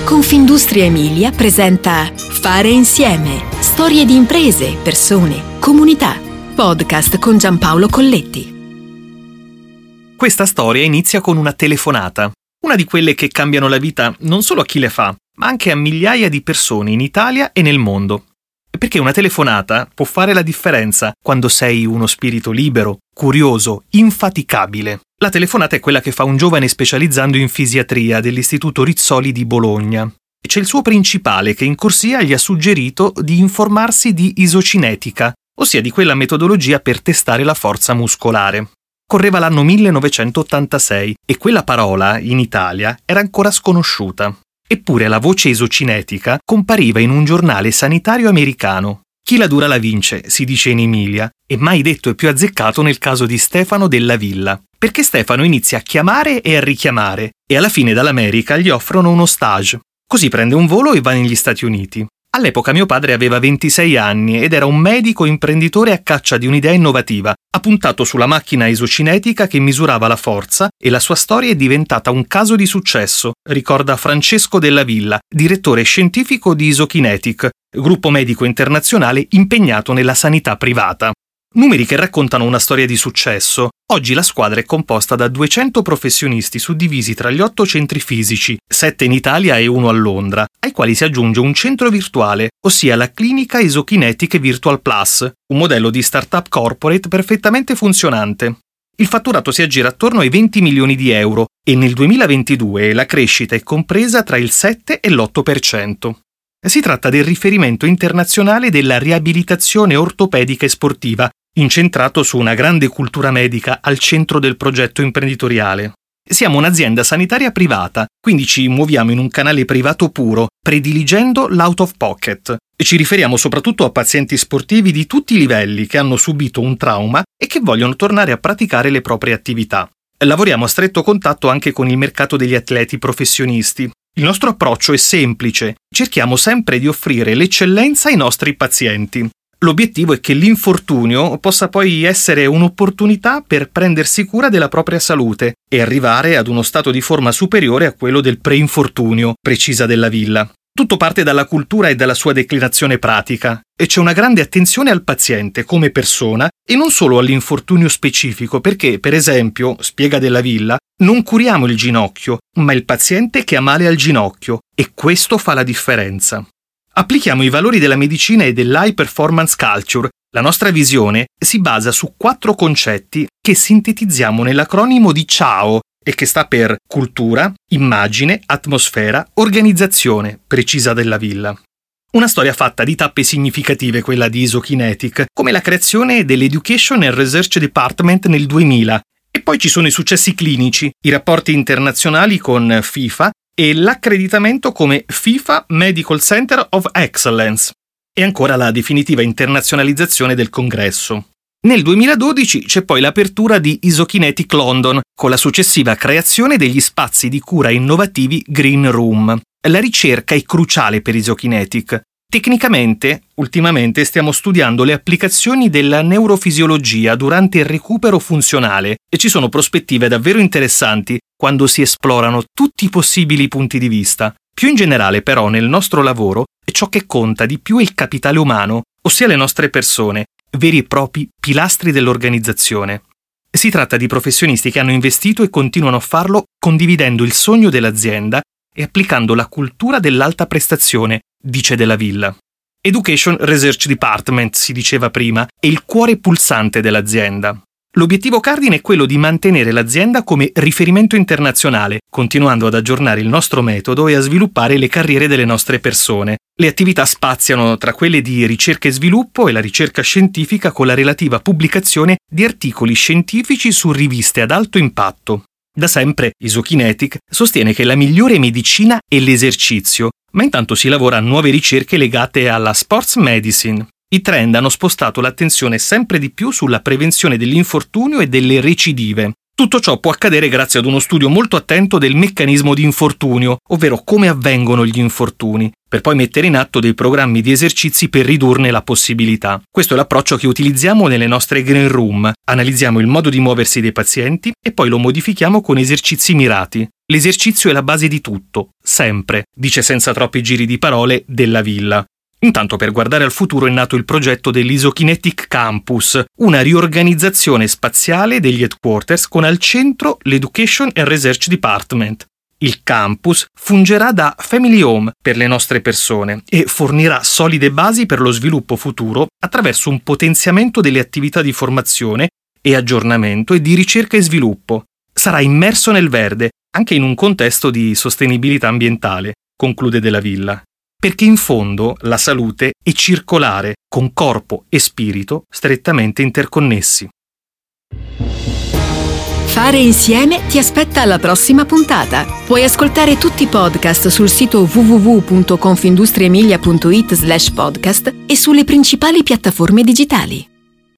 Confindustria Emilia presenta Fare insieme. Storie di imprese, persone, comunità. Podcast con Giampaolo Colletti. Questa storia inizia con una telefonata. Una di quelle che cambiano la vita non solo a chi le fa, ma anche a migliaia di persone in Italia e nel mondo. Perché una telefonata può fare la differenza quando sei uno spirito libero, curioso, infaticabile. La telefonata è quella che fa un giovane specializzando in fisiatria dell'Istituto Rizzoli di Bologna. E c'è il suo principale che in corsia gli ha suggerito di informarsi di isocinetica, ossia di quella metodologia per testare la forza muscolare. Correva l'anno 1986 e quella parola, in Italia, era ancora sconosciuta. Eppure la voce isocinetica compariva in un giornale sanitario americano. Chi la dura la vince, si dice in Emilia, e mai detto è più azzeccato nel caso di Stefano Della Villa, perché Stefano inizia a chiamare e a richiamare, e alla fine dall'America gli offrono uno stage. Così prende un volo e va negli Stati Uniti. All'epoca mio padre aveva 26 anni ed era un medico imprenditore a caccia di un'idea innovativa. Ha puntato sulla macchina isocinetica che misurava la forza e la sua storia è diventata un caso di successo, ricorda Francesco Della Villa, direttore scientifico di Isokinetic, gruppo medico internazionale impegnato nella sanità privata. Numeri che raccontano una storia di successo. Oggi la squadra è composta da 200 professionisti suddivisi tra gli 8 centri fisici, 7 in Italia e 1 a Londra, ai quali si aggiunge un centro virtuale, ossia la clinica Isokinetic Virtual Plus, un modello di startup corporate perfettamente funzionante. Il fatturato si aggira attorno ai 20 milioni di euro e nel 2022 la crescita è compresa tra il 7 e l'8%. Si tratta del riferimento internazionale della riabilitazione ortopedica e sportiva, incentrato su una grande cultura medica al centro del progetto imprenditoriale. Siamo un'azienda sanitaria privata, quindi ci muoviamo in un canale privato puro, prediligendo l'out of pocket. E ci riferiamo soprattutto a pazienti sportivi di tutti i livelli che hanno subito un trauma e che vogliono tornare a praticare le proprie attività. Lavoriamo a stretto contatto anche con il mercato degli atleti professionisti. Il nostro approccio è semplice, cerchiamo sempre di offrire l'eccellenza ai nostri pazienti. L'obiettivo è che l'infortunio possa poi essere un'opportunità per prendersi cura della propria salute e arrivare ad uno stato di forma superiore a quello del pre-infortunio, precisa Della Villa. Tutto parte dalla cultura e dalla sua declinazione pratica, e c'è una grande attenzione al paziente come persona e non solo all'infortunio specifico, perché, per esempio, spiega Della Villa, non curiamo il ginocchio, ma il paziente che ha male al ginocchio, e questo fa la differenza. Applichiamo i valori della medicina e dell'high performance culture. La nostra visione si basa su 4 concetti che sintetizziamo nell'acronimo di CHAO, e che sta per cultura, immagine, atmosfera, organizzazione, precisa Della Villa. Una storia fatta di tappe significative quella di Isokinetic, come la creazione dell'Education and Research Department nel 2000, e poi ci sono i successi clinici, i rapporti internazionali con FIFA e l'accreditamento come FIFA Medical Center of Excellence, e ancora la definitiva internazionalizzazione del congresso. Nel 2012 c'è poi l'apertura di Isokinetic London, con la successiva creazione degli spazi di cura innovativi Green Room. La ricerca è cruciale per Isokinetic. Tecnicamente, ultimamente stiamo studiando le applicazioni della neurofisiologia durante il recupero funzionale e ci sono prospettive davvero interessanti quando si esplorano tutti i possibili punti di vista. Più in generale, però, nel nostro lavoro, ciò che conta di più è il capitale umano, ossia le nostre persone, veri e propri pilastri dell'organizzazione. Si tratta di professionisti che hanno investito e continuano a farlo condividendo il sogno dell'azienda e applicando la cultura dell'alta prestazione, dice Della Villa. Education Research Department, si diceva prima, è il cuore pulsante dell'azienda. L'obiettivo cardine è quello di mantenere l'azienda come riferimento internazionale, continuando ad aggiornare il nostro metodo e a sviluppare le carriere delle nostre persone. Le attività spaziano tra quelle di ricerca e sviluppo e la ricerca scientifica con la relativa pubblicazione di articoli scientifici su riviste ad alto impatto. Da sempre Isokinetic sostiene che la migliore medicina è l'esercizio, ma intanto si lavora a nuove ricerche legate alla sports medicine. I trend hanno spostato l'attenzione sempre di più sulla prevenzione dell'infortunio e delle recidive. Tutto ciò può accadere grazie ad uno studio molto attento del meccanismo di infortunio, ovvero come avvengono gli infortuni, per poi mettere in atto dei programmi di esercizi per ridurne la possibilità. Questo è l'approccio che utilizziamo nelle nostre Green Room. Analizziamo il modo di muoversi dei pazienti e poi lo modifichiamo con esercizi mirati. L'esercizio è la base di tutto, sempre, dice senza troppi giri di parole Della Villa. Intanto per guardare al futuro è nato il progetto dell'Isokinetic Campus, una riorganizzazione spaziale degli headquarters con al centro l'Education and Research Department. Il campus fungerà da family home per le nostre persone e fornirà solide basi per lo sviluppo futuro attraverso un potenziamento delle attività di formazione e aggiornamento e di ricerca e sviluppo. Sarà immerso nel verde, anche in un contesto di sostenibilità ambientale, conclude Della Villa. Perché in fondo la salute è circolare, con corpo e spirito strettamente interconnessi. Fare insieme ti aspetta alla prossima puntata. Puoi ascoltare tutti i podcast sul sito www.confindustriemilia.it/podcast e sulle principali piattaforme digitali.